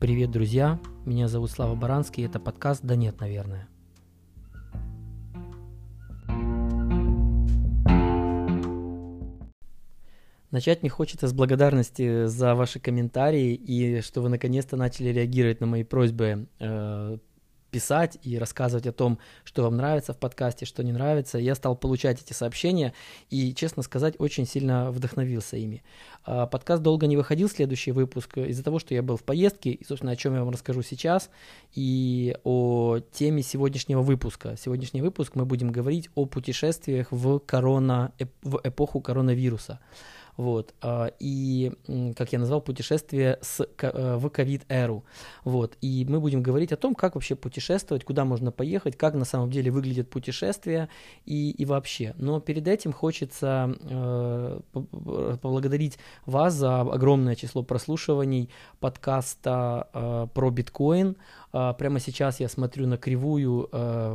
Привет, друзья! Меня зовут Слава Баранский, это подкаст «Да нет, наверное». Начать мне хочется с благодарности за ваши комментарии и что вы наконец-то начали реагировать на мои просьбы писать и рассказывать о том, что вам нравится в подкасте, что не нравится. Я стал получать эти сообщения и, честно сказать, очень сильно вдохновился ими. Подкаст долго не выходил, следующий выпуск, из-за того, что я был в поездке, и, собственно, о чем я вам расскажу сейчас, и о теме сегодняшнего выпуска. Сегодняшний выпуск мы будем говорить о путешествиях в эпоху коронавируса. Вот, и, как я назвал, путешествие в ковид-эру. Вот, и мы будем говорить о том, как вообще путешествовать, куда можно поехать, как на самом деле выглядят путешествия и вообще. Но перед этим хочется поблагодарить вас за огромное число прослушиваний подкаста про биткоин. Прямо сейчас я смотрю на кривую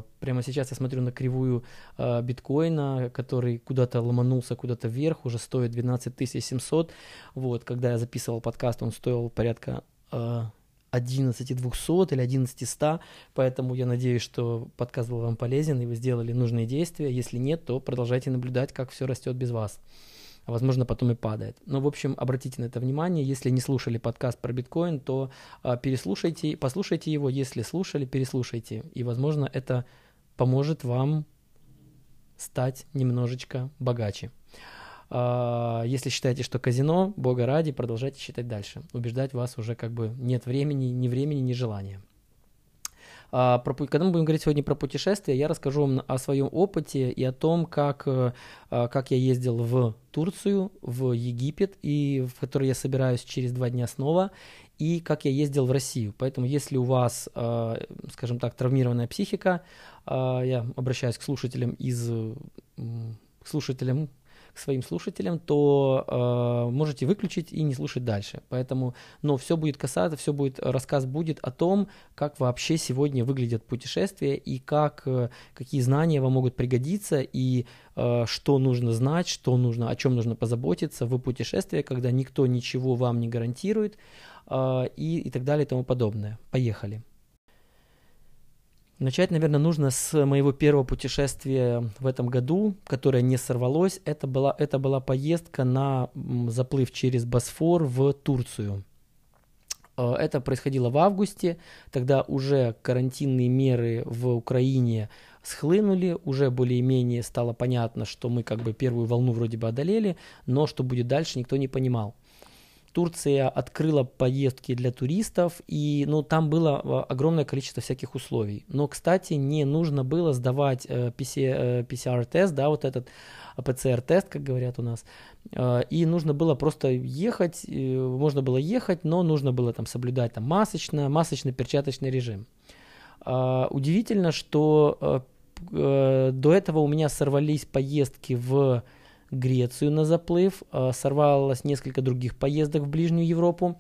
биткоина, который куда-то ломанулся, куда-то вверх, уже стоит 12 700. Вот, когда я записывал подкаст, он стоил порядка 11 200 или 11 100, поэтому я надеюсь, что подкаст был вам полезен, и вы сделали нужные действия. Если нет, то продолжайте наблюдать, как все растет без вас. Возможно, потом и падает. Но, в общем, обратите на это внимание. Если не слушали подкаст про биткоин, то послушайте его. Если слушали, переслушайте. И, возможно, это поможет вам стать немножечко богаче. Если считаете, что казино, бога ради, продолжайте считать дальше. Убеждать вас уже нет времени, ни желания. Когда мы будем говорить сегодня про путешествия, я расскажу вам о своем опыте и о том, как я ездил в Турцию, в Египет, в который я собираюсь через 2 дня снова, и как я ездил в Россию. Поэтому, если у вас, скажем так, травмированная психика, я обращаюсь к своим слушателям, то можете выключить и не слушать дальше. Поэтому, но рассказ будет о том, как вообще сегодня выглядят путешествия и какие знания вам могут пригодиться и что нужно знать, о чем нужно позаботиться в путешествии, когда никто ничего вам не гарантирует и так далее и тому подобное. Поехали. Начать, наверное, нужно с моего первого путешествия в этом году, которое не сорвалось. Это была поездка на заплыв через Босфор в Турцию. Это происходило в августе, тогда уже карантинные меры в Украине схлынули, уже более-менее стало понятно, что мы первую волну вроде бы одолели, но что будет дальше, никто не понимал. Турция открыла поездки для туристов, и там было огромное количество всяких условий. Но, кстати, не нужно было сдавать PCR-тест, этот ПЦР-тест, как говорят у нас, и нужно было просто ехать, можно было ехать, но нужно было соблюдать масочно-перчаточный режим. Удивительно, что до этого у меня сорвались поездки в Грецию на заплыв, сорвалось несколько других поездок в ближнюю Европу,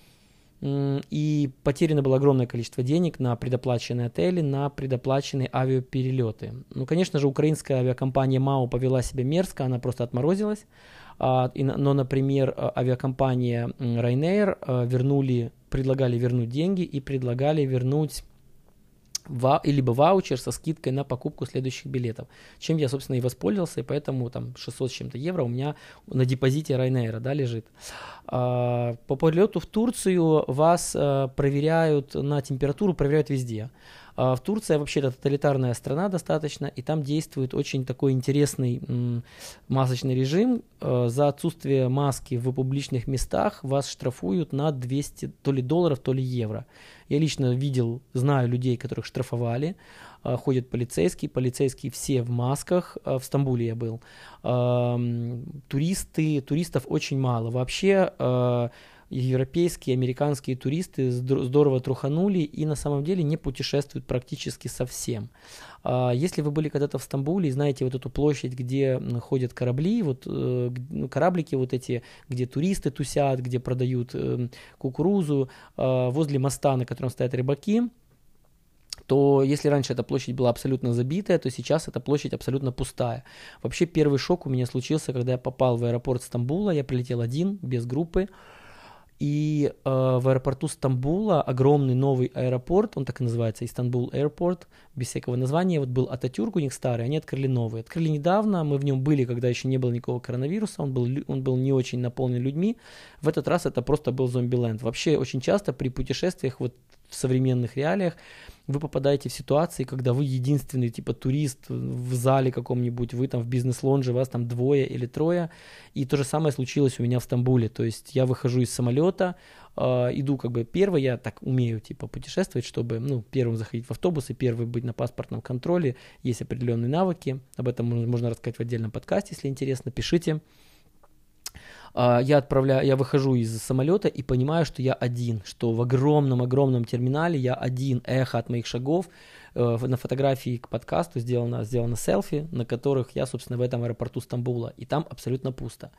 и потеряно было огромное количество денег на предоплаченные отели, на предоплаченные авиаперелеты. Конечно же, украинская авиакомпания МАУ повела себя мерзко, она просто отморозилась, но, например, авиакомпания Ryanair предлагали вернуть деньги и предлагали вернуть либо ваучер со скидкой на покупку следующих билетов, чем я, собственно, и воспользовался, и поэтому 600 с чем-то евро у меня на депозите Ryanair лежит. По полету в Турцию вас проверяют на температуру, проверяют везде. В Турции вообще это тоталитарная страна достаточно, и там действует очень такой интересный масочный режим. За отсутствие маски в публичных местах вас штрафуют на 200 то ли долларов, то ли евро. Я лично знаю людей, которых штрафовали. Ходят полицейские все в масках. В Стамбуле я был. Туристов очень мало. Вообще европейские, американские туристы здорово труханули и на самом деле не путешествуют практически совсем. Если вы были когда-то в Стамбуле и знаете эту площадь, где ходят корабли, кораблики эти, где туристы тусят, где продают кукурузу, возле моста, на котором стоят рыбаки, то если раньше эта площадь была абсолютно забитая, то сейчас эта площадь абсолютно пустая. Вообще первый шок у меня случился, когда я попал в аэропорт Стамбула, я прилетел один, без группы, И в аэропорту Стамбула огромный новый аэропорт, он так и называется, Истанбул Аэропорт, без всякого названия. Вот был Ататюрк у них старый, они открыли новый. Открыли недавно, мы в нем были, когда еще не было никакого коронавируса, он был не очень наполнен людьми. В этот раз это просто был зомби-ленд. Вообще очень часто при путешествиях вот в современных реалиях вы попадаете в ситуации, когда вы единственный типа турист в зале каком-нибудь, вы там в бизнес-лонже, вас там двое или трое, и то же самое случилось у меня в Стамбуле, то есть я выхожу из самолета, иду как бы первый, я так умею типа путешествовать, чтобы, ну, первым заходить в автобус и первый быть на паспортном контроле, есть определенные навыки, об этом можно рассказать в отдельном подкасте, если интересно, пишите. Я выхожу из самолета и понимаю, что я один, что в огромном терминале я один, эхо от моих шагов. На фотографии к подкасту сделано селфи, на которых я, собственно, в этом аэропорту Стамбула, и там абсолютно пусто.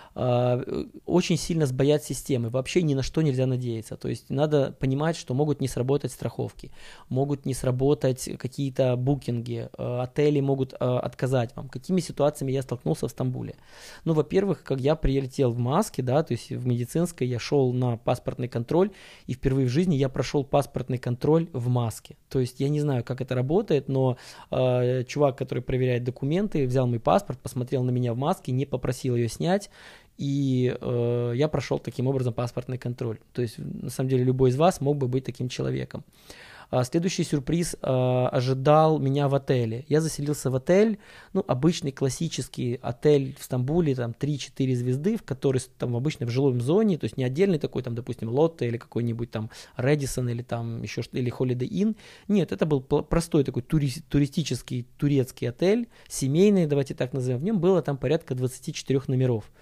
Очень сильно сбоят системы, вообще ни на что нельзя надеяться, то есть надо понимать, что могут не сработать страховки, могут не сработать какие-то букинги, отели могут отказать вам. Какими ситуациями я столкнулся в Стамбуле? Ну, во-первых, как я прилетел в маске, да, то есть в медицинской, я шел на паспортный контроль, и впервые в жизни я прошел паспортный контроль в маске, то есть я не знаю, как это работает, но чувак, который проверяет документы, взял мой паспорт, посмотрел на меня в маске, не попросил ее снять, и я прошел таким образом паспортный контроль. То есть, на самом деле, любой из вас мог бы быть таким человеком. Следующий сюрприз ожидал меня в отеле. Я заселился в отель, ну, обычный классический отель в Стамбуле, там 3-4 звезды, в который там обычно в жилой зоне, то есть не отдельный такой, там, допустим, Лотте или какой-нибудь там Редисон или там еще что-то, или Holiday Inn. Нет, это был простой такой туристический турецкий отель, семейный, давайте так назовем. В нем было там порядка 24 номеров.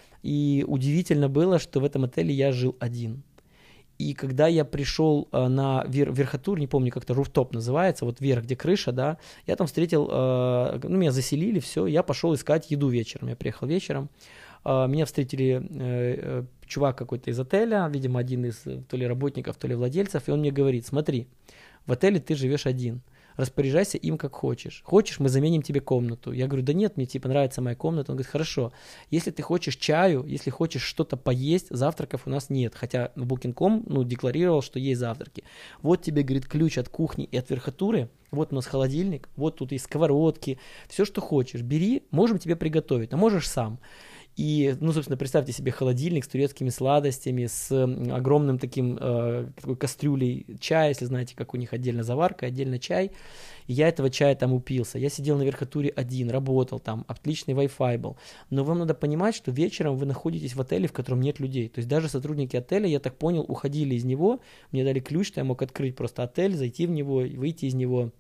И удивительно было, что в этом отеле я жил один. И когда я пришел на верхотур, не помню, как это, руфтоп называется, вот верх, где крыша, да, я там встретил, ну, меня заселили, все, я пошел искать еду вечером. Я приехал вечером, меня встретили чувак какой-то из отеля, видимо, один из то ли работников, то ли владельцев, и он мне говорит: смотри, в отеле ты живешь один, распоряжайся им как хочешь. Хочешь, мы заменим тебе комнату. Я говорю: да нет, мне типа нравится моя комната. Он говорит: хорошо, если ты хочешь чаю, если хочешь что-то поесть, завтраков у нас нет. Хотя Booking.com, ну, декларировал, что есть завтраки. Вот тебе, говорит, ключ от кухни и от верхотуры. Вот у нас холодильник, вот тут есть сковородки, все, что хочешь. Бери, можем тебе приготовить, а можешь сам. И, ну, собственно, представьте себе холодильник с турецкими сладостями, с огромным таким такой кастрюлей чая, если знаете, как у них отдельно заварка, отдельно чай. И я этого чая там упился. Я сидел на верхотуре один, работал там, отличный Wi-Fi был. Но вам надо понимать, что вечером вы находитесь в отеле, в котором нет людей. То есть даже сотрудники отеля, я так понял, уходили из него. Мне дали ключ, что я мог открыть просто отель, зайти в него, выйти из него.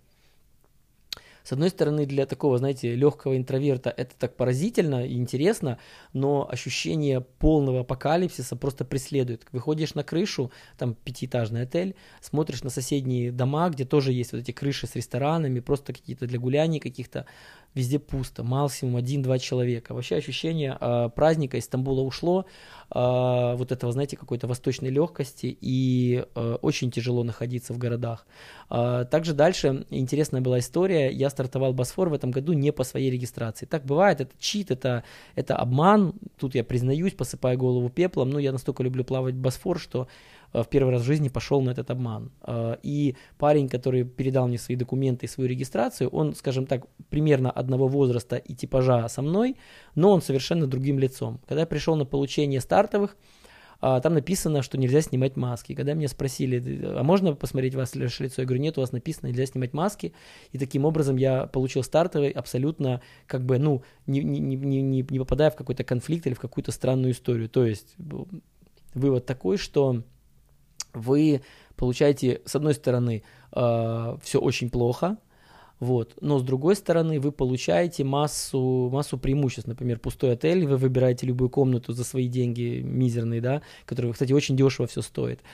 С одной стороны, для такого, знаете, легкого интроверта это так поразительно и интересно, но ощущение полного апокалипсиса просто преследует. Выходишь на крышу, там пятиэтажный отель, смотришь на соседние дома, где тоже есть вот эти крыши с ресторанами, просто какие-то для гуляний каких-то, везде пусто, максимум 1-2 человека. Вообще ощущение праздника из Стамбула ушло, вот этого, знаете, какой-то восточной легкости, и очень тяжело находиться в городах. Также дальше интересная была история. Я стартовал Босфор в этом году не по своей регистрации. Так бывает, это чит, это обман. Тут я признаюсь, посыпаю голову пеплом, но я настолько люблю плавать в Босфор, что в первый раз в жизни пошел на этот обман. И парень, который передал мне свои документы и свою регистрацию, он, скажем так, примерно одного возраста и типажа со мной, но он совершенно другим лицом. Когда я пришел на получение стартовых, там написано, что нельзя снимать маски. Когда меня спросили: а можно посмотреть ваше лицо? Я говорю: нет, у вас написано, нельзя снимать маски. И таким образом я получил стартовый абсолютно, как бы, ну, не попадая в какой-то конфликт или в какую-то странную историю. То есть вывод такой, что вы получаете, с одной стороны, все очень плохо, вот, но с другой стороны вы получаете массу преимуществ. Например, пустой отель, вы выбираете любую комнату за свои деньги мизерные, да, которые, кстати, очень дешево все стоит.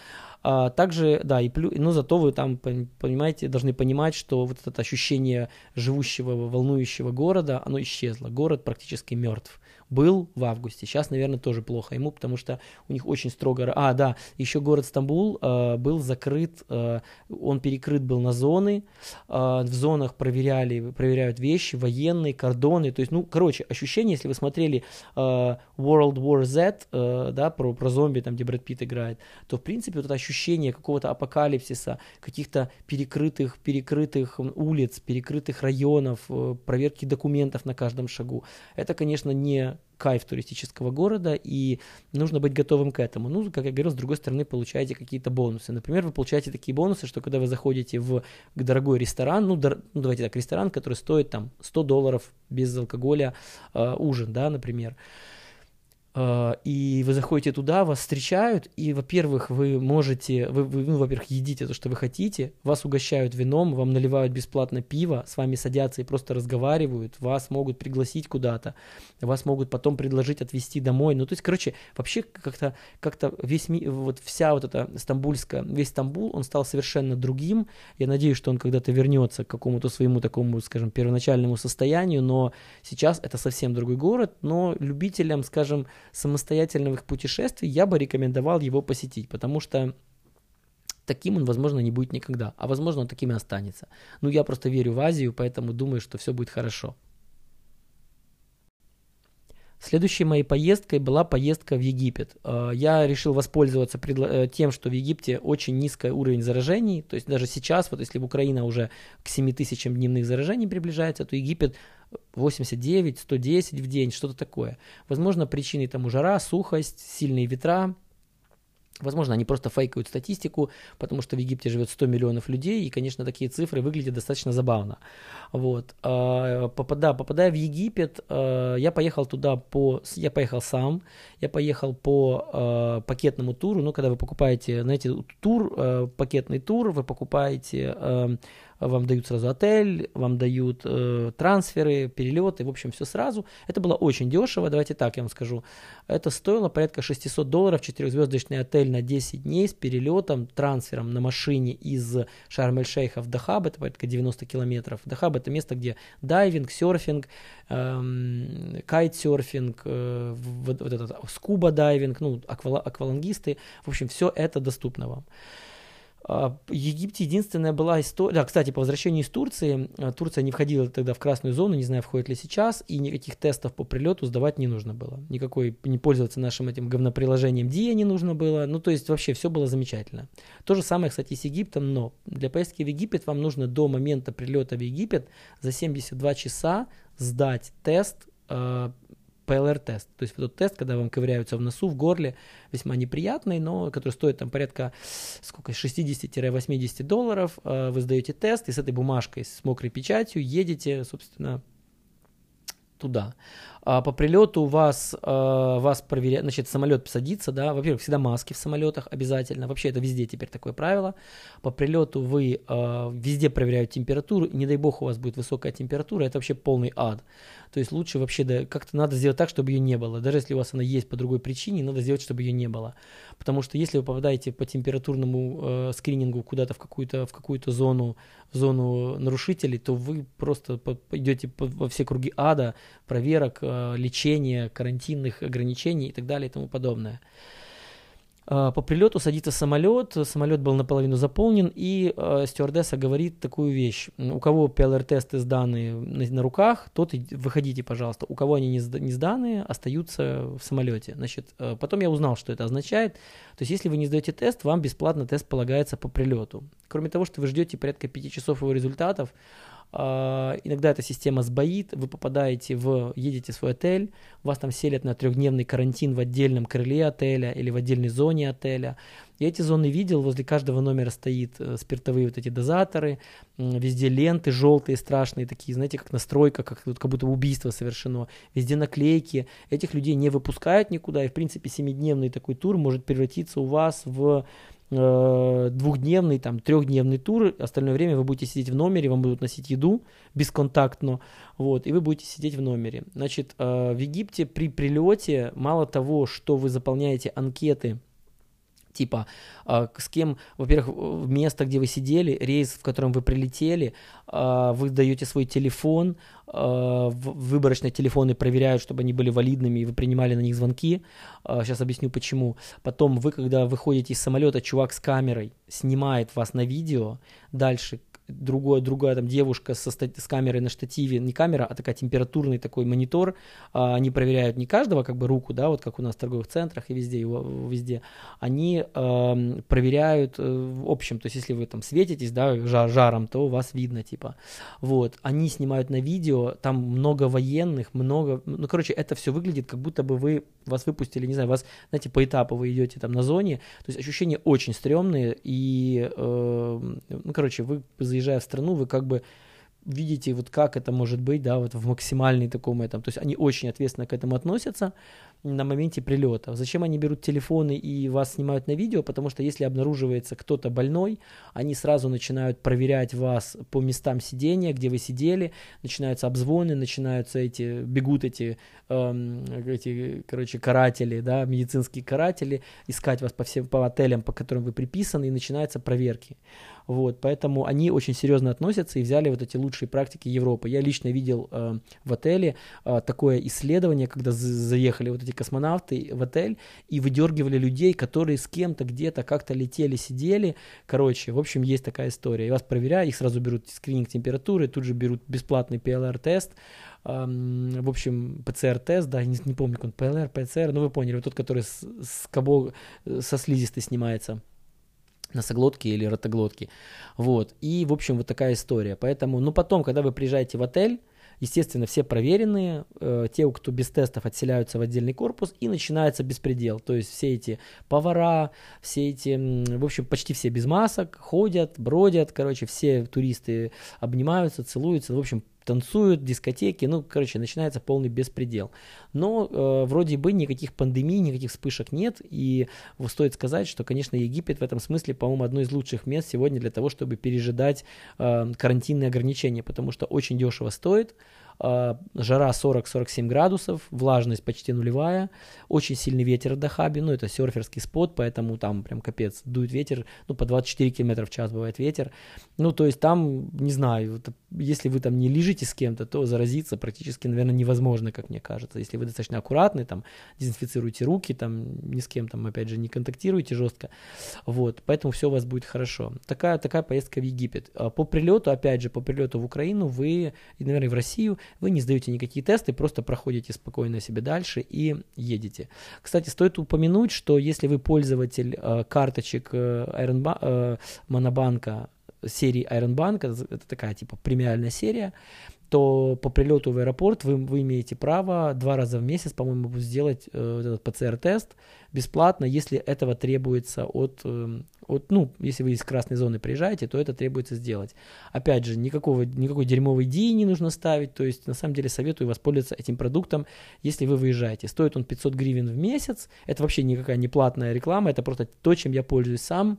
Также, да, но зато вы там, понимаете, должны понимать, что вот это ощущение живущего, волнующего города, оно исчезло. Город практически мертв. Был в августе, сейчас, наверное, тоже плохо ему, потому что у них очень строго... да, еще город Стамбул был закрыт, он перекрыт был на зоны, в зонах проверяют вещи, военные, кордоны, то есть, ощущение, если вы смотрели World War Z, да, про зомби, там, где Брэд Питт играет, то, в принципе, вот это ощущение какого-то апокалипсиса, каких-то перекрытых улиц, перекрытых районов, проверки документов на каждом шагу, это, конечно, не кайф туристического города, и нужно быть готовым к этому. Как я говорил, с другой стороны, получаете какие-то бонусы. Например, вы получаете такие бонусы, что когда вы заходите в дорогой ресторан, давайте так, ресторан, который стоит там $100 без алкоголя, ужин, да, например, и вы заходите туда, вас встречают, и, во-первых, вы во-первых, едите то, что вы хотите, вас угощают вином, вам наливают бесплатно пиво, с вами садятся и просто разговаривают, вас могут пригласить куда-то, вас могут потом предложить отвезти домой. То есть, вообще как-то весь весь Стамбул, он стал совершенно другим. Я надеюсь, что он когда-то вернется к какому-то своему такому, скажем, первоначальному состоянию, но сейчас это совсем другой город, но любителям, скажем, самостоятельных путешествий я бы рекомендовал его посетить, потому что таким он, возможно, не будет никогда, а возможно, он таким и останется. Я просто верю в Азию, поэтому думаю, что все будет хорошо. Следующей моей поездкой была поездка в Египет. Я решил воспользоваться тем, что в Египте очень низкий уровень заражений, то есть даже сейчас, вот если Украина уже к 7 тысячам дневных заражений приближается, то Египет 89, 110 в день, что-то такое. Возможно, причиной тому жара, сухость, сильные ветра. Возможно, они просто фейкают статистику, потому что в Египте живет 100 миллионов людей, и, конечно, такие цифры выглядят достаточно забавно. Попадая в Египет, я поехал сам, я поехал по пакетному туру, когда вы покупаете, знаете, пакетный тур, вы покупаете... Вам дают сразу отель, вам дают трансферы, перелеты, в общем, все сразу. Это было очень дешево, давайте так я вам скажу. Это стоило порядка $600, 4-звездочный отель на 10 дней с перелетом, трансфером на машине из Шарм-эль-Шейха в Дахаб, это порядка 90 километров. Дахаб — это место, где дайвинг, серфинг, кайтсерфинг, скуба-дайвинг, аквалангисты, в общем, все это доступно вам. В Египте единственная была история... Да, кстати, по возвращению из Турции, Турция не входила тогда в красную зону, не знаю, входит ли сейчас, и никаких тестов по прилету сдавать не нужно было. Не пользоваться нашим этим говноприложением Dia не нужно было. То есть вообще все было замечательно. То же самое, кстати, с Египтом, но для поездки в Египет вам нужно до момента прилета в Египет за 72 часа сдать тест, ПЛР-тест, то есть вот тот тест, когда вам ковыряются в носу, в горле, весьма неприятный, но который стоит там порядка $60-80, вы сдаете тест и с этой бумажкой, с мокрой печатью едете, собственно, туда. По прилету вас проверяют, значит, самолет садится, да, во-первых, всегда маски в самолетах обязательно, вообще это везде теперь такое правило. По прилету вы везде проверяют температуру, и не дай бог у вас будет высокая температура, это вообще полный ад. То есть лучше вообще как-то надо сделать так, чтобы ее не было. Даже если у вас она есть по другой причине, надо сделать, чтобы ее не было. Потому что если вы попадаете по температурному скринингу куда-то в какую-то зону нарушителей, то вы просто идете во все круги ада, проверок, лечения, карантинных ограничений и так далее и тому подобное. По прилету садится самолет был наполовину заполнен, и стюардесса говорит такую вещь: у кого ПЛР-тесты сданы на руках, тот выходите, пожалуйста, у кого они не сданы, остаются в самолете. Значит, потом я узнал, что это означает. То есть, если вы не сдаете тест, вам бесплатно тест полагается по прилету. Кроме того, что вы ждете порядка 5 часов его результатов, иногда эта система сбоит, вы едете в свой отель, вас там селят на 3-дневный карантин в отдельном крыле отеля или в отдельной зоне отеля. Я эти зоны видел, возле каждого номера стоит спиртовые вот эти дозаторы, везде ленты желтые, страшные такие, знаете, как настройка, как будто убийство совершено, везде наклейки. Этих людей не выпускают никуда, и в принципе 7-дневный такой тур может превратиться у вас в 2-дневный, 3-дневный тур, остальное время вы будете сидеть в номере, вам будут носить еду бесконтактно, и вы будете сидеть в номере. Значит, в Египте при прилете мало того, что вы заполняете анкеты Типа, с кем, во-первых, место, где вы сидели, рейс, в котором вы прилетели, вы даете свой телефон, выборочно телефоны проверяют, чтобы они были валидными, и вы принимали на них звонки. Сейчас объясню, почему. Потом вы, когда выходите из самолета, чувак с камерой снимает вас на видео, дальше другая там девушка с камерой на штативе, не камера, а такая температурный такой монитор, они проверяют не каждого как бы руку, да, вот как у нас в торговых центрах и везде, они проверяют в общем, то есть если вы там светитесь, да, жаром, то вас видно, типа, вот, они снимают на видео, там много военных, много, ну, короче, это все выглядит, как будто бы вас выпустили, не знаю, вас, знаете, по этапу вы идете там на зоне, то есть ощущения очень стрёмные, и, ну, короче, вы заезжая в страну, вы как бы видите, вот как это может быть, да, вот в максимальной таком этом, то есть они очень ответственно к этому относятся на моменте прилета. Зачем они берут телефоны и вас снимают на видео? Потому что если обнаруживается кто-то больной, они сразу начинают проверять вас по местам сидения, где вы сидели, начинаются обзвоны, бегут эти, короче, каратели, да, медицинские каратели, искать вас по отелям, по которым вы приписаны, и начинаются проверки. Вот, поэтому они очень серьезно относятся и взяли вот эти лучшие практики Европы. Я лично видел в отеле такое исследование, когда заехали вот эти космонавты в отель и выдергивали людей, которые с кем-то где-то как-то летели, сидели. Короче, в общем, есть такая история. И вас проверяют, их сразу берут скрининг температуры, тут же берут бесплатный ПЛР-тест, в общем, ПЦР-тест, да, не помню, как он, ПЛР, ПЦР, ну вы поняли, вот тот, который со слизистой снимается. Носоглотки или ротоглотки. Вот. И, в общем, вот такая история. Поэтому, ну, потом, когда вы приезжаете в отель, естественно, все проверенные, те, кто без тестов, отселяются в отдельный корпус, и начинается беспредел. То есть все эти повара, все эти, в общем, почти все без масок, ходят, бродят, короче, все туристы обнимаются, целуются, в общем, танцуют, дискотеки, ну, короче, начинается полный беспредел. Но вроде бы никаких пандемий, никаких вспышек нет, и стоит сказать, что, конечно, Египет в этом смысле, по-моему, одно из лучших мест сегодня для того, чтобы пережидать карантинные ограничения, потому что очень дешево стоит, жара 40-47 градусов, влажность почти нулевая, очень сильный ветер в Дахабе, ну, это серферский спот, поэтому там прям капец, дует ветер, ну, по 24 км в час бывает ветер, ну, то есть там, не знаю, если вы там не лежите с кем-то, то заразиться практически, наверное, невозможно, как мне кажется, если вы достаточно аккуратны, там, дезинфицируйте руки, там, ни с кем, там, опять же, не контактируйте жестко, вот, поэтому все у вас будет хорошо. Такая поездка в Египет. По прилету, опять же, по прилету в Украину вы, и, наверное, в Россию, вы не сдаете никакие тесты, просто проходите спокойно себе дальше и едете. Кстати, стоит упомянуть, что если вы пользователь карточек Монобанка, серии Ironbank, это такая типа премиальная серия, то по прилету в аэропорт вы имеете право 2 раза в месяц, по-моему, сделать этот ПЦР-тест бесплатно, если этого требуется ну, если вы из красной зоны приезжаете, то это требуется сделать. Опять же, никакой дерьмовой идеи не нужно ставить, то есть, на самом деле, советую воспользоваться этим продуктом, если вы выезжаете. Стоит он 500 гривен в месяц, это вообще никакая не платная реклама, это просто то, чем я пользуюсь сам.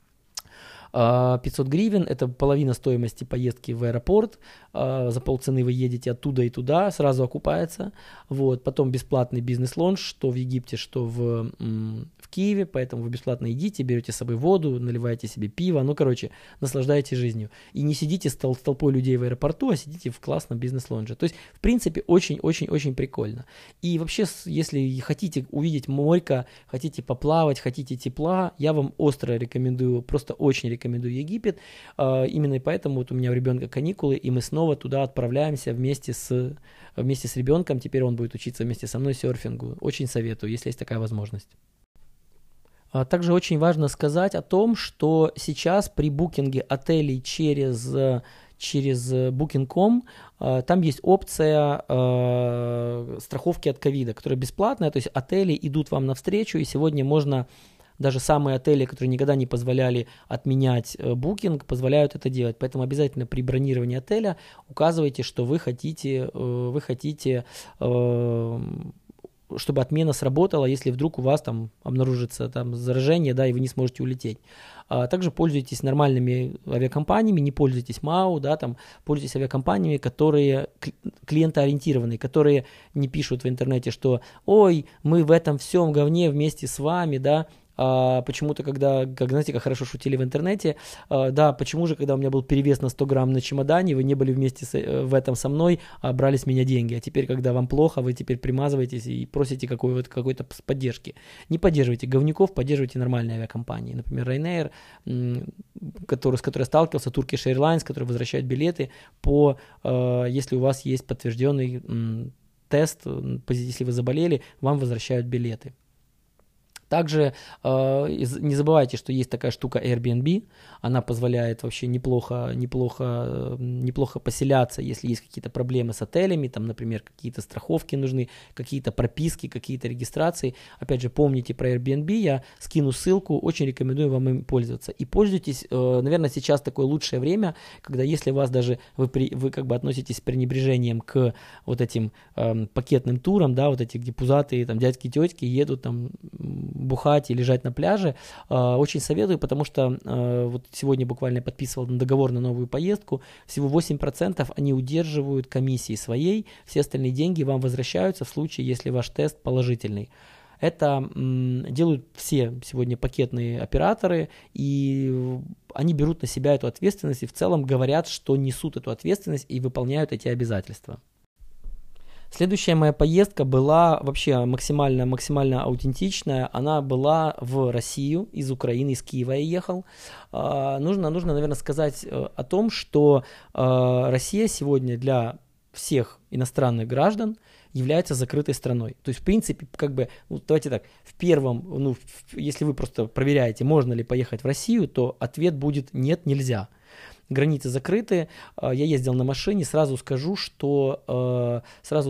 500 гривен, это половина стоимости поездки в аэропорт, за полцены вы едете оттуда и туда, сразу окупается, вот, потом бесплатный бизнес-лонж, что в Египте, что в Киеве, поэтому вы бесплатно едите, берете с собой воду, наливаете себе пиво, ну, короче, наслаждаетесь жизнью, и не сидите с толпой людей в аэропорту, а сидите в классном бизнес-лонже, то есть, в принципе, очень-очень-очень прикольно, и вообще, если хотите увидеть морька, хотите поплавать, хотите тепла, я вам остро рекомендую, просто очень рекомендую Египет, именно поэтому вот у меня у ребенка каникулы, и мы снова туда отправляемся вместе с ребенком, теперь он будет учиться вместе со мной серфингу, очень советую, если есть такая возможность. Также очень важно сказать о том, что сейчас при букинге отелей через Booking.com там есть опция страховки от ковида, которая бесплатная, то есть отели идут вам навстречу, и сегодня можно даже самые отели, которые никогда не позволяли отменять букинг, позволяют это делать. Поэтому обязательно при бронировании отеля указывайте, что вы хотите, чтобы отмена сработала, если вдруг у вас там обнаружится там заражение, да, и вы не сможете улететь. Также пользуйтесь нормальными авиакомпаниями, не пользуйтесь МАУ, да, там, пользуйтесь авиакомпаниями, которые клиентоориентированные, которые не пишут в интернете, что «Ой, мы в этом всем говне вместе с вами», да, Почему-то, знаете, как хорошо шутили в интернете, да, почему же, когда у меня был перевес на 100 грамм на чемодане, вы не были вместе в этом со мной, а брали с меня деньги, а теперь, когда вам плохо, вы теперь примазываетесь и просите какой-то поддержки. Не поддерживайте говнюков, поддерживайте нормальные авиакомпании, например, Ryanair, с которой сталкивался, Turkish Airlines, которые возвращают билеты если у вас есть подтвержденный тест, если вы заболели, вам возвращают билеты. Также не забывайте, что есть такая штука Airbnb, она позволяет вообще неплохо поселяться, если есть какие-то проблемы с отелями, там, например, какие-то страховки нужны, какие-то прописки, какие-то регистрации. Опять же, помните про Airbnb, я скину ссылку, очень рекомендую вам им пользоваться. И пользуйтесь, наверное, сейчас такое лучшее время, когда если вас даже, вы как бы относитесь с пренебрежением к вот этим пакетным турам, да, вот эти, где пузатые там дядьки и тетки едут там бухать и лежать на пляже, очень советую, потому что вот сегодня буквально подписывал договор на новую поездку, всего 8% они удерживают комиссии своей, все остальные деньги вам возвращаются в случае, если ваш тест положительный. Это делают все сегодня пакетные операторы, и они берут на себя эту ответственность и в целом говорят, что несут эту ответственность и выполняют эти обязательства. Следующая моя поездка была вообще максимально аутентичная. Она была в Россию, из Украины, из Киева я ехал. Нужно, наверное, сказать о том, что Россия сегодня для всех иностранных граждан является закрытой страной. То есть, в принципе, как бы, давайте так, если вы просто проверяете, можно ли поехать в Россию, то ответ будет нет, нельзя. Границы закрыты, я ездил на машине, сразу скажу, что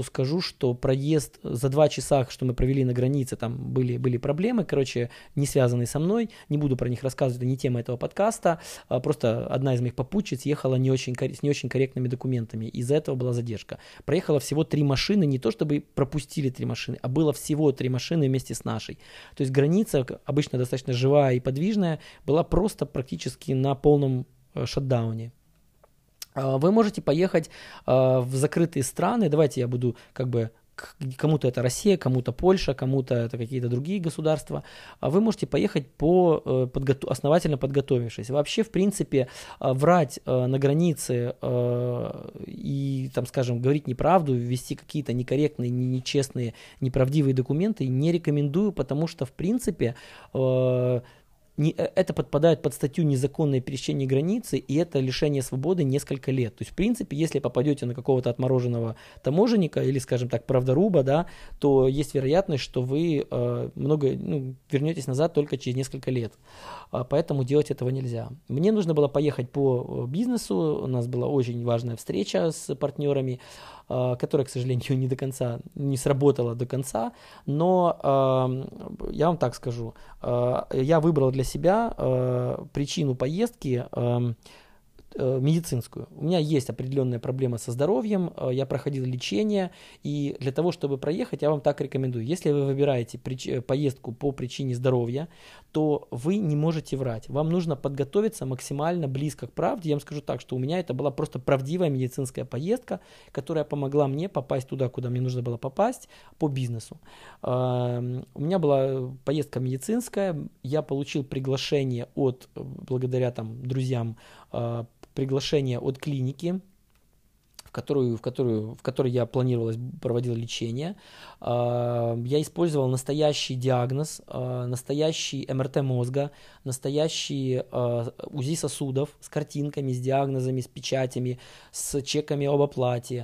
проезд за 2 часа, что мы провели на границе, там были проблемы, не связанные со мной, не буду про них рассказывать, это не тема этого подкаста, просто одна из моих попутчиц ехала с не очень корректными документами, из-за этого была задержка. Проехало всего 3 машины, не то чтобы пропустили 3 машины, а было всего 3 машины вместе с нашей. То есть граница, обычно достаточно живая и подвижная, была просто практически на полном шатдауне. Вы можете поехать в закрытые страны. Давайте я буду кому-то это Россия, кому-то Польша, кому-то это какие-то другие государства. Вы можете поехать основательно подготовившись. Вообще, в принципе, врать на границе и, там, скажем, говорить неправду, ввести какие-то некорректные, нечестные, неправдивые документы не рекомендую, потому что, в принципе, это подпадает под статью незаконное пересечение границы, и это лишение свободы несколько лет. То есть, в принципе, если попадете на какого-то отмороженного таможенника или, скажем так, правдоруба, да, то есть вероятность, что вы вернетесь назад только через несколько лет. Поэтому делать этого нельзя. Мне нужно было поехать по бизнесу, у нас была очень важная встреча с партнерами, которая, к сожалению, не сработала до конца, но я вам так скажу, я выбрал для себя причину поездки медицинскую. У меня есть определенная проблема со здоровьем, я проходил лечение, и для того, чтобы проехать, я вам так рекомендую. Если вы выбираете поездку по причине здоровья, то вы не можете врать. Вам нужно подготовиться максимально близко к правде. Я вам скажу так, что у меня это была просто правдивая медицинская поездка, которая помогла мне попасть туда, куда мне нужно было попасть по бизнесу. У меня была поездка медицинская, я получил приглашение благодаря друзьям, приглашение от клиники, в которой я проводил лечение. Я использовал настоящий диагноз, настоящий МРТ мозга, настоящий УЗИ сосудов с картинками, с диагнозами, с печатями, с чеками об оплате,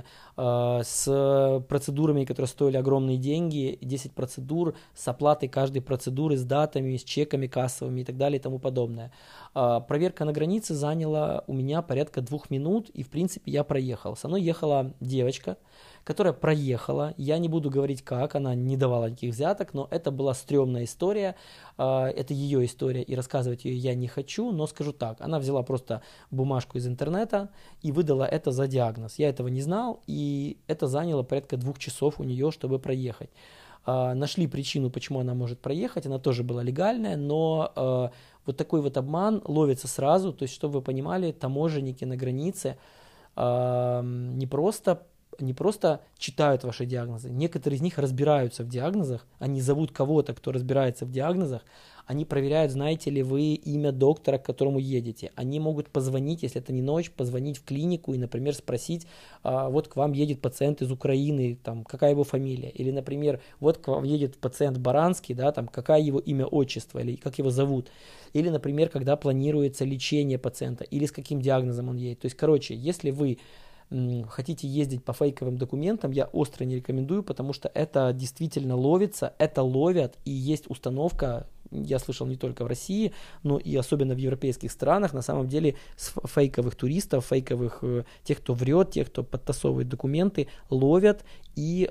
с процедурами, которые стоили огромные деньги, 10 процедур, с оплатой каждой процедуры, с датами, с чеками кассовыми и так далее и тому подобное. Проверка на границе заняла у меня порядка 2 минут, и в принципе я проехал. Со мной ехала девочка, которая проехала. Я не буду говорить как, она не давала никаких взяток, но это была стрёмная история. Это ее история, и рассказывать ее я не хочу, но скажу так. Она взяла просто бумажку из интернета и выдала это за диагноз. Я этого не знал, и это заняло порядка 2 часов у нее, чтобы проехать. Нашли причину, почему она может проехать, она тоже была легальная, но вот такой вот обман ловится сразу. То есть, чтобы вы понимали, таможенники на границе не просто не просто читают ваши диагнозы, некоторые из них разбираются в диагнозах, они зовут кого-то, кто разбирается в диагнозах, они проверяют, знаете ли вы имя доктора, к которому едете. Они могут позвонить, если это не ночь, позвонить в клинику и, например, спросить, вот к вам едет пациент из Украины, там, какая его фамилия. Или, например, вот к вам едет пациент Баранский, да, там, какая его имя, отчество, или как его зовут. Или, например, когда планируется лечение пациента, или с каким диагнозом он едет. То есть, короче, если вы хотите ездить по фейковым документам, я остро не рекомендую, потому что это действительно ловится, это ловят, и есть установка, я слышал не только в России, но и особенно в европейских странах, на самом деле фейковых туристов, фейковых тех, кто врет, тех, кто подтасовывает документы, ловят и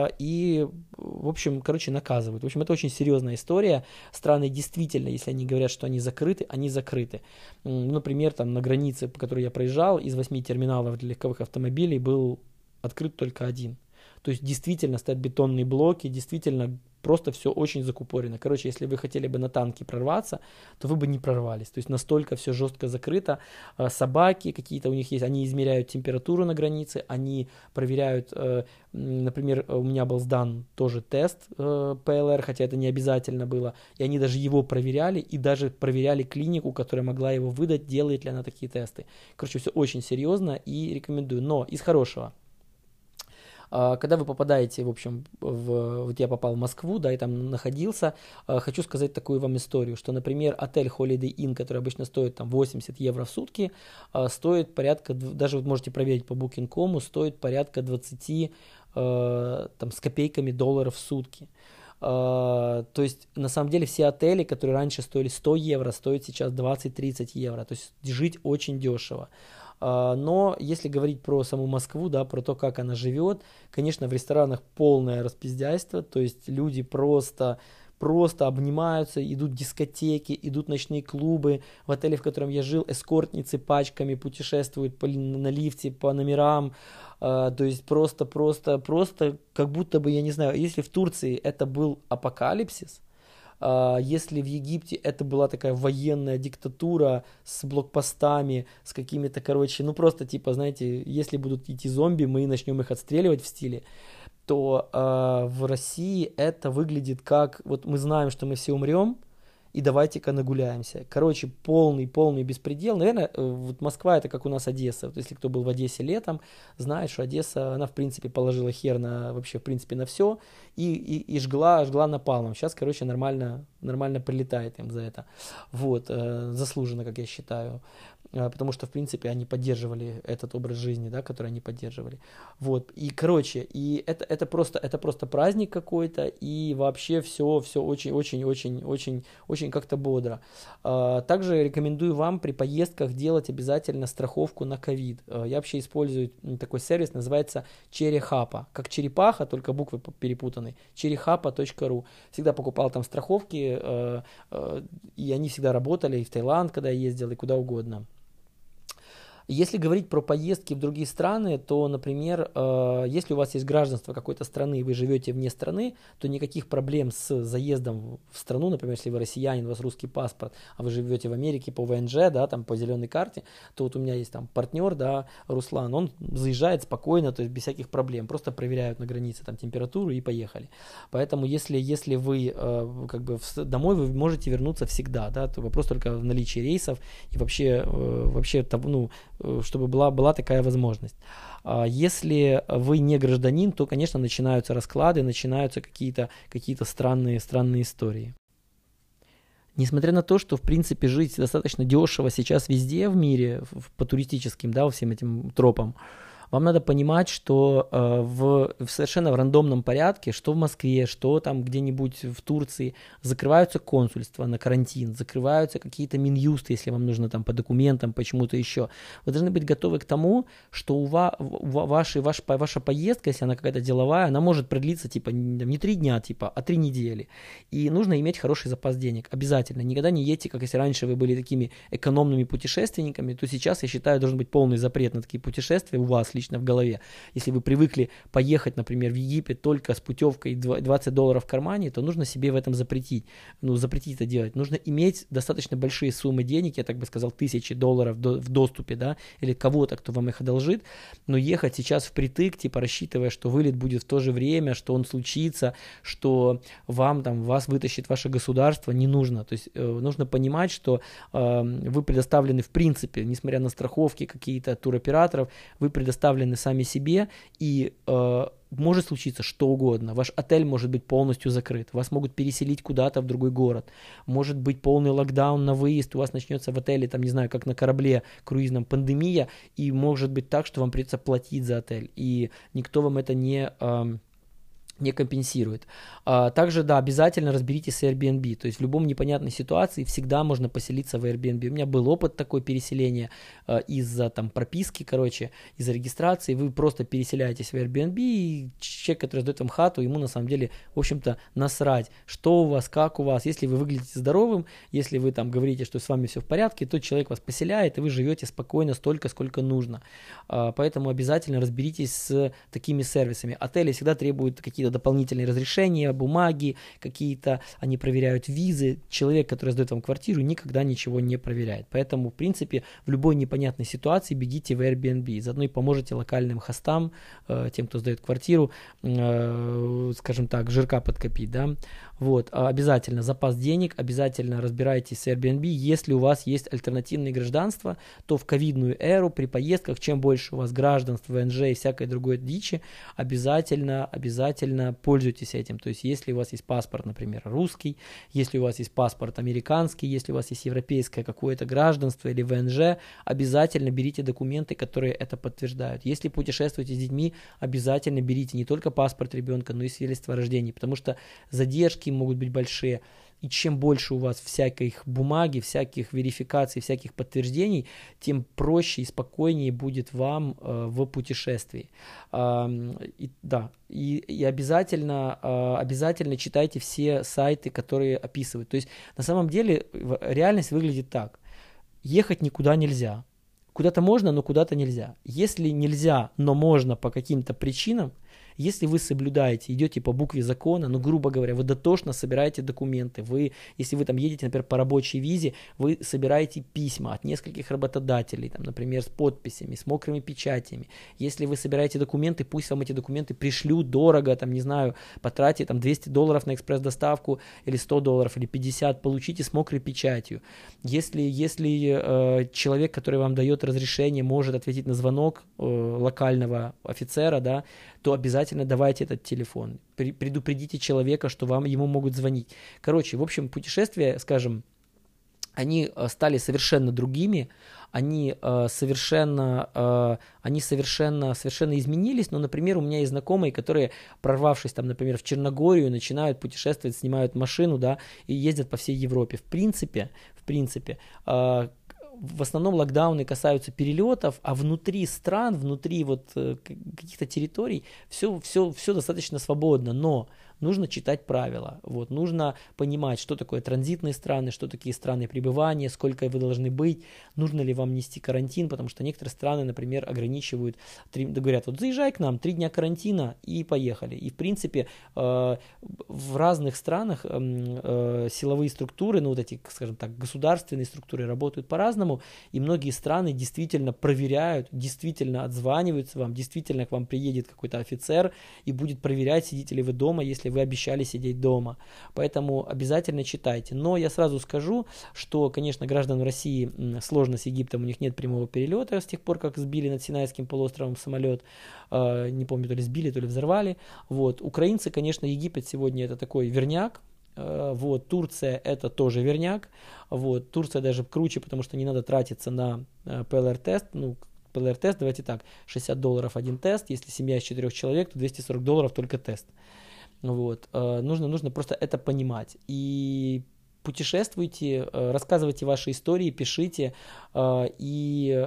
в общем, короче, наказывают. В общем, это очень серьезная история. Страны действительно, если они говорят, что они закрыты, они закрыты. Например, там на границе, по которой я проезжал, из 8 терминалов для легковых автомобилей был открыт только один. То есть действительно стоят бетонные блоки, действительно просто все очень закупорено. Короче, если вы хотели бы на танке прорваться, то вы бы не прорвались. То есть настолько все жестко закрыто. Собаки какие-то у них есть, они измеряют температуру на границе, они проверяют, например, у меня был сдан тоже тест ПЛР, хотя это не обязательно было, и они даже его проверяли, и даже проверяли клинику, которая могла его выдать, делает ли она такие тесты. Короче, все очень серьезно и рекомендую. Но из хорошего. Когда вы попадаете, в общем, вот я попал в Москву, да, и там находился, хочу сказать такую вам историю, что, например, отель Holiday Inn, который обычно стоит там 80 евро в сутки, стоит порядка, даже вот можете проверить по Booking.com, стоит порядка 20 там, с копейками долларов в сутки. То есть, на самом деле, все отели, которые раньше стоили 100 евро, стоят сейчас 20-30 евро. То есть, жить очень дешево. Но если говорить про саму Москву, да, про то, как она живет, конечно, в ресторанах полное распиздяйство, то есть люди просто обнимаются, идут дискотеки, идут ночные клубы. В отеле, в котором я жил, эскортницы пачками путешествуют на лифте по номерам. То есть просто, как будто бы, я не знаю, если в Турции это был апокалипсис, если в Египте это была такая военная диктатура с блокпостами, с какими-то, короче, ну просто типа, знаете, если будут идти зомби, мы начнем их отстреливать в стиле, то в России это выглядит как, вот мы знаем, что мы все умрем, и давайте-ка нагуляемся. Короче, полный беспредел. Наверное, вот Москва это как у нас Одесса. Вот если кто был в Одессе летом, знает, что Одесса, она в принципе положила хер на вообще в принципе на все и жгла напалмом. Сейчас, короче, нормально прилетает им за это. Вот, заслуженно, как я считаю. Потому что, в принципе, они поддерживали этот образ жизни, да, который они поддерживали. Вот, и, короче, и это просто праздник какой-то, и вообще все очень как-то бодро. Также рекомендую вам при поездках делать обязательно страховку на ковид. Я вообще использую такой сервис, называется Черехапа, как черепаха, только буквы перепутаны, черехапа.ру. Всегда покупал там страховки, и они всегда работали, и в Таиланд, когда я ездил, и куда угодно. Если говорить про поездки в другие страны, то, например, если у вас есть гражданство какой-то страны и вы живете вне страны, то никаких проблем с заездом в страну, например, если вы россиянин, у вас русский паспорт, а вы живете в Америке по ВНЖ, да, там по зеленой карте, то вот у меня есть там партнер, да, Руслан, он заезжает спокойно, то есть без всяких проблем, просто проверяют на границе там температуру и поехали. Поэтому если вы как бы домой, вы можете вернуться всегда, да, то вопрос только в наличии рейсов и вообще ну, чтобы была такая возможность. Если вы не гражданин, то, конечно, начинаются расклады, начинаются какие-то странные истории. Несмотря на то, что, в принципе, жить достаточно дешево сейчас везде в мире, по туристическим, да, всем этим тропам, вам надо понимать, что в совершенно рандомном порядке, что в Москве, что там где-нибудь в Турции, закрываются консульства на карантин, закрываются какие-то минюсты, если вам нужно там по документам, почему-то еще. Вы должны быть готовы к тому, что ваша поездка, если она какая-то деловая, она может продлиться типа не 3 дня, типа, а 3 недели. И нужно иметь хороший запас денег. Обязательно. Никогда не едьте, как если раньше вы были такими экономными путешественниками, то сейчас, я считаю, должен быть полный запрет на такие путешествия у вас лично в голове. Если вы привыкли поехать, например, в Египет только с путевкой $20 в кармане, то нужно себе в этом запретить. Ну, запретить это делать. Нужно иметь достаточно большие суммы денег, я так бы сказал, $1000 в доступе, да, или кого-то, кто вам их одолжит, но ехать сейчас впритык, типа рассчитывая, что вылет будет в то же время, что он случится, что вас вытащит ваше государство, не нужно. То есть нужно понимать, что вы предоставлены в принципе, несмотря на страховки какие-то туроператоров, вы предоставлены сами себе, и может случиться что угодно. Ваш отель может быть полностью закрыт, вас могут переселить куда-то в другой город, может быть полный локдаун на выезд, у вас начнется в отеле, там, не знаю, как на корабле круизном, пандемия, и может быть так, что вам придется платить за отель, и никто вам это не компенсирует. Также, да, обязательно разберитесь с Airbnb. То есть в любом непонятной ситуации всегда можно поселиться в Airbnb. У меня был опыт такой переселения из-за прописки, из-за регистрации. Вы просто переселяетесь в Airbnb, и человек, который сдает вам хату, ему на самом деле, в общем-то, насрать, что у вас, как у вас. Если вы выглядите здоровым, если вы говорите, что с вами все в порядке, то человек вас поселяет, и вы живете спокойно столько, сколько нужно. Поэтому обязательно разберитесь с такими сервисами. Отели всегда требуют какие-то дополнительные разрешения, бумаги какие-то, они проверяют визы. Человек, который сдает вам квартиру, никогда ничего не проверяет. Поэтому, в принципе, в любой непонятной ситуации бегите в Airbnb. Заодно и поможете локальным хостам, тем, кто сдает квартиру, скажем так, жирка подкопить, да. Вот, обязательно запас денег, обязательно разбирайтесь с Airbnb. Если у вас есть альтернативные гражданства, то в ковидную эру при поездках, чем больше у вас гражданств, ВНЖ и всякой другой дичи, обязательно пользуйтесь этим. То есть, если у вас есть паспорт, например, русский, если у вас есть паспорт американский, если у вас есть европейское какое-то гражданство или ВНЖ, обязательно берите документы, которые это подтверждают. Если путешествуете с детьми, обязательно берите не только паспорт ребенка, но и свидетельство о рождении, потому что задержки могут быть большие, и чем больше у вас всякой бумаги, всяких верификаций, всяких подтверждений, тем проще и спокойнее будет вам в путешествии. И обязательно читайте все сайты, которые описывают. То есть на самом деле реальность выглядит так. Ехать никуда нельзя. Куда-то можно, но куда-то нельзя. Если нельзя, но можно по каким-то причинам, если вы соблюдаете, идете по букве закона, грубо говоря, вы дотошно собираете документы, если вы едете, например, по рабочей визе, вы собираете письма от нескольких работодателей, например, с подписями, с мокрыми печатями. Если вы собираете документы, пусть вам эти документы пришлют дорого, потратьте $200 на экспресс-доставку, или $100, или 50, получите с мокрой печатью. Если человек, который вам дает разрешение, может ответить на звонок локального офицера, да, то обязательно давайте этот телефон. Предупредите человека, что ему могут звонить. В общем, путешествия, скажем, они стали совершенно другими, они совершенно изменились. Но, например, у меня есть знакомые, которые, прорвавшись, например, в Черногорию, начинают путешествовать, снимают машину, да, и ездят по всей Европе. В принципе, в основном локдауны касаются перелетов, а внутри стран, внутри каких-то территорий все достаточно свободно, но нужно читать правила, нужно понимать, что такое транзитные страны, что такие страны пребывания, сколько вы должны быть, нужно ли вам нести карантин, потому что некоторые страны, например, ограничивают, говорят, заезжай к нам, 3 дня карантина и поехали. И в принципе в разных странах силовые структуры, скажем так, государственные структуры работают по-разному, и многие страны действительно проверяют, действительно отзваниваются вам, действительно к вам приедет какой-то офицер и будет проверять, сидите ли вы дома, если вы обещали сидеть дома. Поэтому обязательно читайте. Но я сразу скажу, что, конечно, гражданам России сложно с Египтом, у них нет прямого перелета с тех пор, как сбили над Синайским полуостровом самолет. Не помню, то ли сбили, то ли взорвали. Украинцы, конечно, Египет сегодня это такой верняк. Турция это тоже верняк. Турция даже круче, потому что не надо тратиться на ПЛР-тест. ПЛР-тест, давайте так, $60 один тест. Если семья из 4 человек, то $240 только тест. Нужно просто это понимать. И путешествуйте, рассказывайте ваши истории, пишите.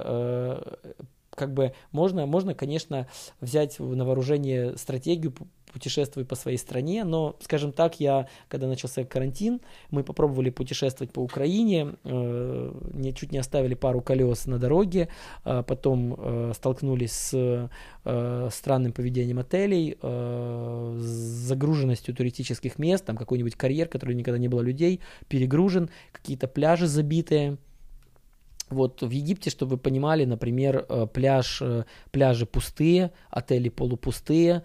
Можно, конечно, взять на вооружение стратегию путешествую по своей стране, но, скажем так, когда начался карантин, мы попробовали путешествовать по Украине, чуть не оставили пару колес на дороге, потом столкнулись с странным поведением отелей, с загруженностью туристических мест, там какой-нибудь карьер, который никогда не было людей, перегружен, какие-то пляжи забитые. Вот в Египте, чтобы вы понимали, например, пляжи пустые, отели полупустые.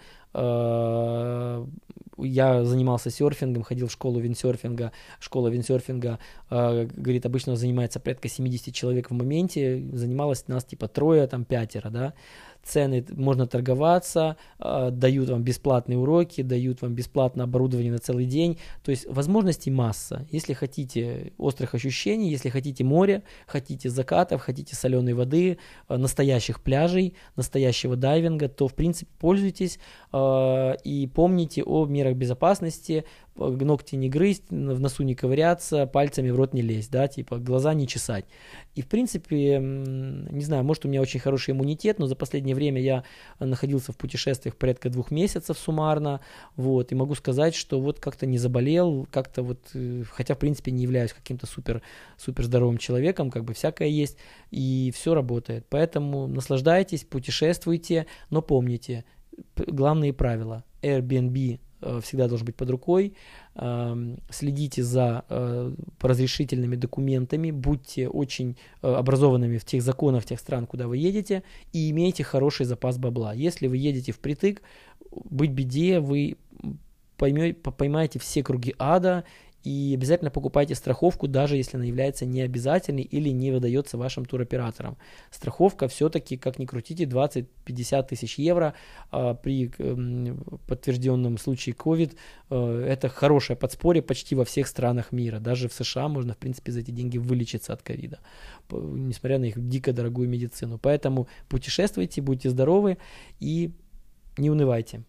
Я занимался серфингом, ходил в школу виндсерфинга. Школа виндсерфинга, говорит, обычно занимается порядка 70 человек в моменте. Занималось нас типа 3, там 5, да. Цены, можно торговаться, дают вам бесплатные уроки, дают вам бесплатное оборудование на целый день. То есть возможностей масса. Если хотите острых ощущений, если хотите моря, хотите закатов, хотите соленой воды, настоящих пляжей, настоящего дайвинга, то в принципе пользуйтесь и помните о мерах безопасности. Ногти не грызть, в носу не ковыряться, пальцами в рот не лезть, да, типа глаза не чесать. И в принципе, не знаю, может у меня очень хороший иммунитет, но за последнее время я находился в путешествиях порядка 2 месяцев суммарно, вот, и могу сказать, что вот как-то не заболел, как-то вот, хотя в принципе не являюсь каким-то супер здоровым человеком, как бы всякое есть, и все работает. Поэтому наслаждайтесь, путешествуйте, но помните, главные правила. Airbnb всегда должен быть под рукой, следите за разрешительными документами, будьте очень образованными в тех законах тех стран, куда вы едете, и имейте хороший запас бабла. Если вы едете впритык, быть беде, вы поймаете все круги ада, и обязательно покупайте страховку, даже если она является необязательной или не выдается вашим туроператорам. Страховка все-таки, как ни крутите, 20-50 тысяч евро при подтвержденном случае COVID. Это хорошее подспорье почти во всех странах мира. Даже в США можно, в принципе, за эти деньги вылечиться от ковида, несмотря на их дико дорогую медицину. Поэтому путешествуйте, будьте здоровы и не унывайте.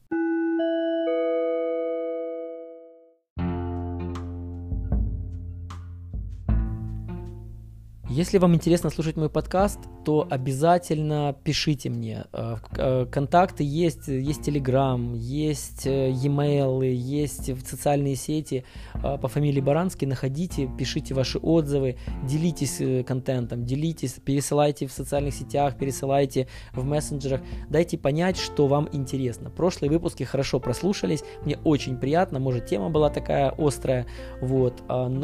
Если вам интересно слушать мой подкаст, то обязательно пишите мне. Контакты есть Telegram, есть e-mail, есть в социальные сети по фамилии Баранский. Находите, пишите ваши отзывы, делитесь контентом, делитесь, пересылайте в социальных сетях, пересылайте в мессенджерах. Дайте понять, что вам интересно. Прошлые выпуски хорошо прослушались, мне очень приятно, может тема была такая острая, вот,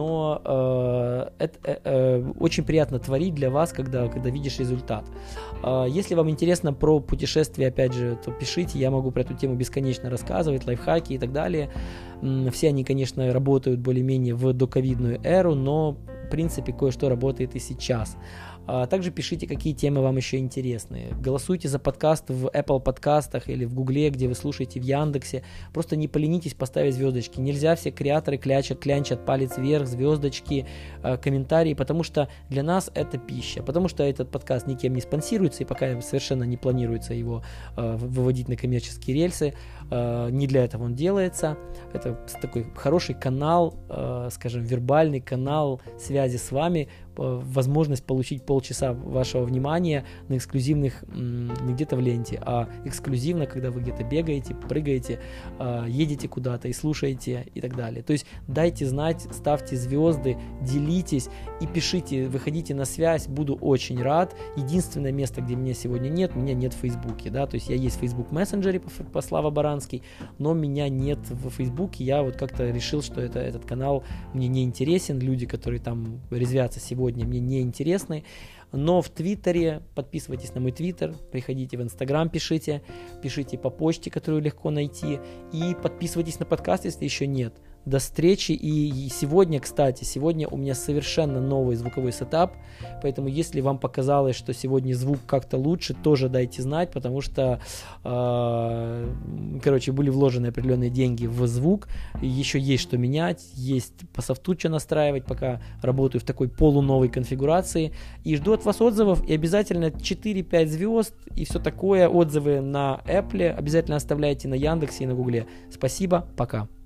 но это очень приятно творить для вас, когда видишь результат. Если вам интересно про путешествия, опять же, то пишите, я могу про эту тему бесконечно рассказывать, лайфхаки и так далее. Все они, конечно, работают более-менее в доковидную эру, но в принципе кое-что работает и сейчас. Также пишите, какие темы вам еще интересны. Голосуйте за подкаст в Apple подкастах или в Гугле, где вы слушаете, в Яндексе. Просто не поленитесь поставить звездочки. Нельзя, все креаторы клянчат палец вверх, звездочки, комментарии, потому что для нас это пища. Потому что этот подкаст никем не спонсируется и пока совершенно не планируется его выводить на коммерческие рельсы. Не для этого он делается. Это такой хороший канал, скажем, вербальный канал связи с вами, возможность получить полчаса вашего внимания на эксклюзивных, не где-то в ленте, а эксклюзивно, когда вы где-то бегаете, прыгаете, едете куда-то и слушаете и так далее. То есть дайте знать, ставьте звезды, делитесь и пишите, выходите на связь, буду очень рад. Единственное место, где меня сегодня нет, меня нет в Фейсбуке, да, то есть я есть в Facebook мессенджере по Слава Баранский, но меня нет в Фейсбуке. Я вот как-то решил, что этот канал мне не интересен, люди, которые там резвятся сегодня, мне не интересны. Но в Твиттере, подписывайтесь на мой Твиттер, приходите в Инстаграм, пишите по почте, которую легко найти, и подписывайтесь на подкаст, если еще нет. До встречи, и сегодня, кстати, у меня совершенно новый звуковой сетап, поэтому если вам показалось, что сегодня звук как-то лучше, тоже дайте знать, потому что, были вложены определенные деньги в звук, еще есть что менять, есть по софту что настраивать, пока работаю в такой полуновой конфигурации, и жду от вас отзывов, и обязательно 4-5 звезд, и все такое, отзывы на Apple, обязательно оставляйте на Яндексе и на Гугле. Спасибо, пока.